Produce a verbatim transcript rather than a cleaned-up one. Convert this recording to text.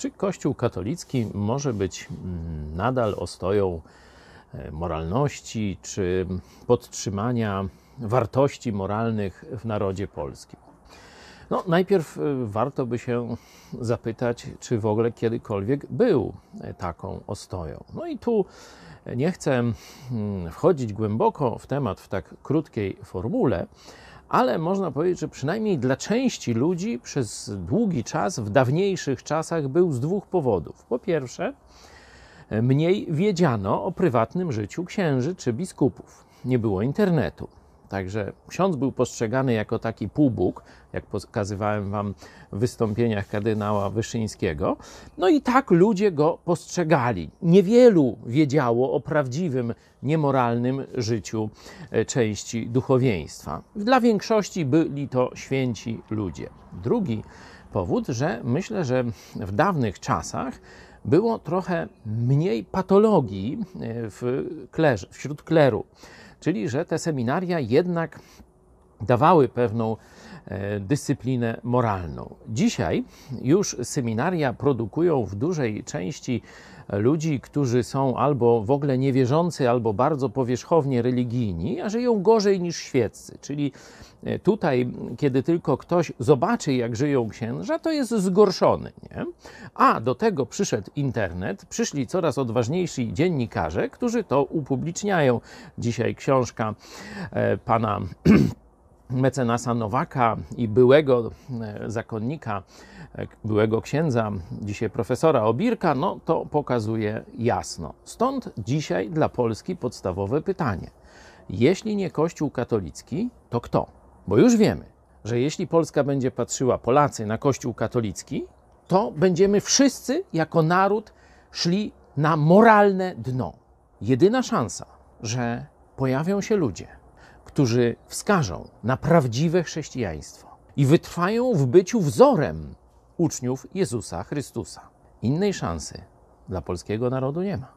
Czy Kościół katolicki może być nadal ostoją moralności czy podtrzymania wartości moralnych w narodzie polskim? No, najpierw warto by się zapytać, czy w ogóle kiedykolwiek był taką ostoją. No i tu nie chcę wchodzić głęboko w temat w tak krótkiej formule, ale można powiedzieć, że przynajmniej dla części ludzi przez długi czas, w dawniejszych czasach, był z dwóch powodów. Po pierwsze, mniej wiedziano o prywatnym życiu księży czy biskupów. Nie było internetu. Także ksiądz był postrzegany jako taki półbóg, jak pokazywałem wam w wystąpieniach kardynała Wyszyńskiego. No i tak ludzie go postrzegali. Niewielu wiedziało o prawdziwym, niemoralnym życiu części duchowieństwa. Dla większości byli to święci ludzie. Drugi powód, że myślę, że w dawnych czasach było trochę mniej patologii w klerze, wśród kleru. Czyli że te seminaria jednak dawały pewną dyscyplinę moralną. Dzisiaj już seminaria produkują w dużej części ludzi, którzy są albo w ogóle niewierzący, albo bardzo powierzchownie religijni, a żyją gorzej niż świeccy. Czyli tutaj, kiedy tylko ktoś zobaczy, jak żyją księża, to jest zgorszony, nie? A do tego przyszedł internet, przyszli coraz odważniejsi dziennikarze, którzy to upubliczniają. Dzisiaj książka pana mecenasa Nowaka i byłego zakonnika, byłego księdza, dzisiaj profesora Obirka, no to pokazuje jasno. Stąd dzisiaj dla Polski podstawowe pytanie. Jeśli nie Kościół katolicki, to kto? Bo już wiemy, że jeśli Polska będzie patrzyła, Polacy, na Kościół katolicki, to będziemy wszyscy jako naród szli na moralne dno. Jedyna szansa, że pojawią się ludzie, którzy wskażą na prawdziwe chrześcijaństwo i wytrwają w byciu wzorem uczniów Jezusa Chrystusa. Innej szansy dla polskiego narodu nie ma.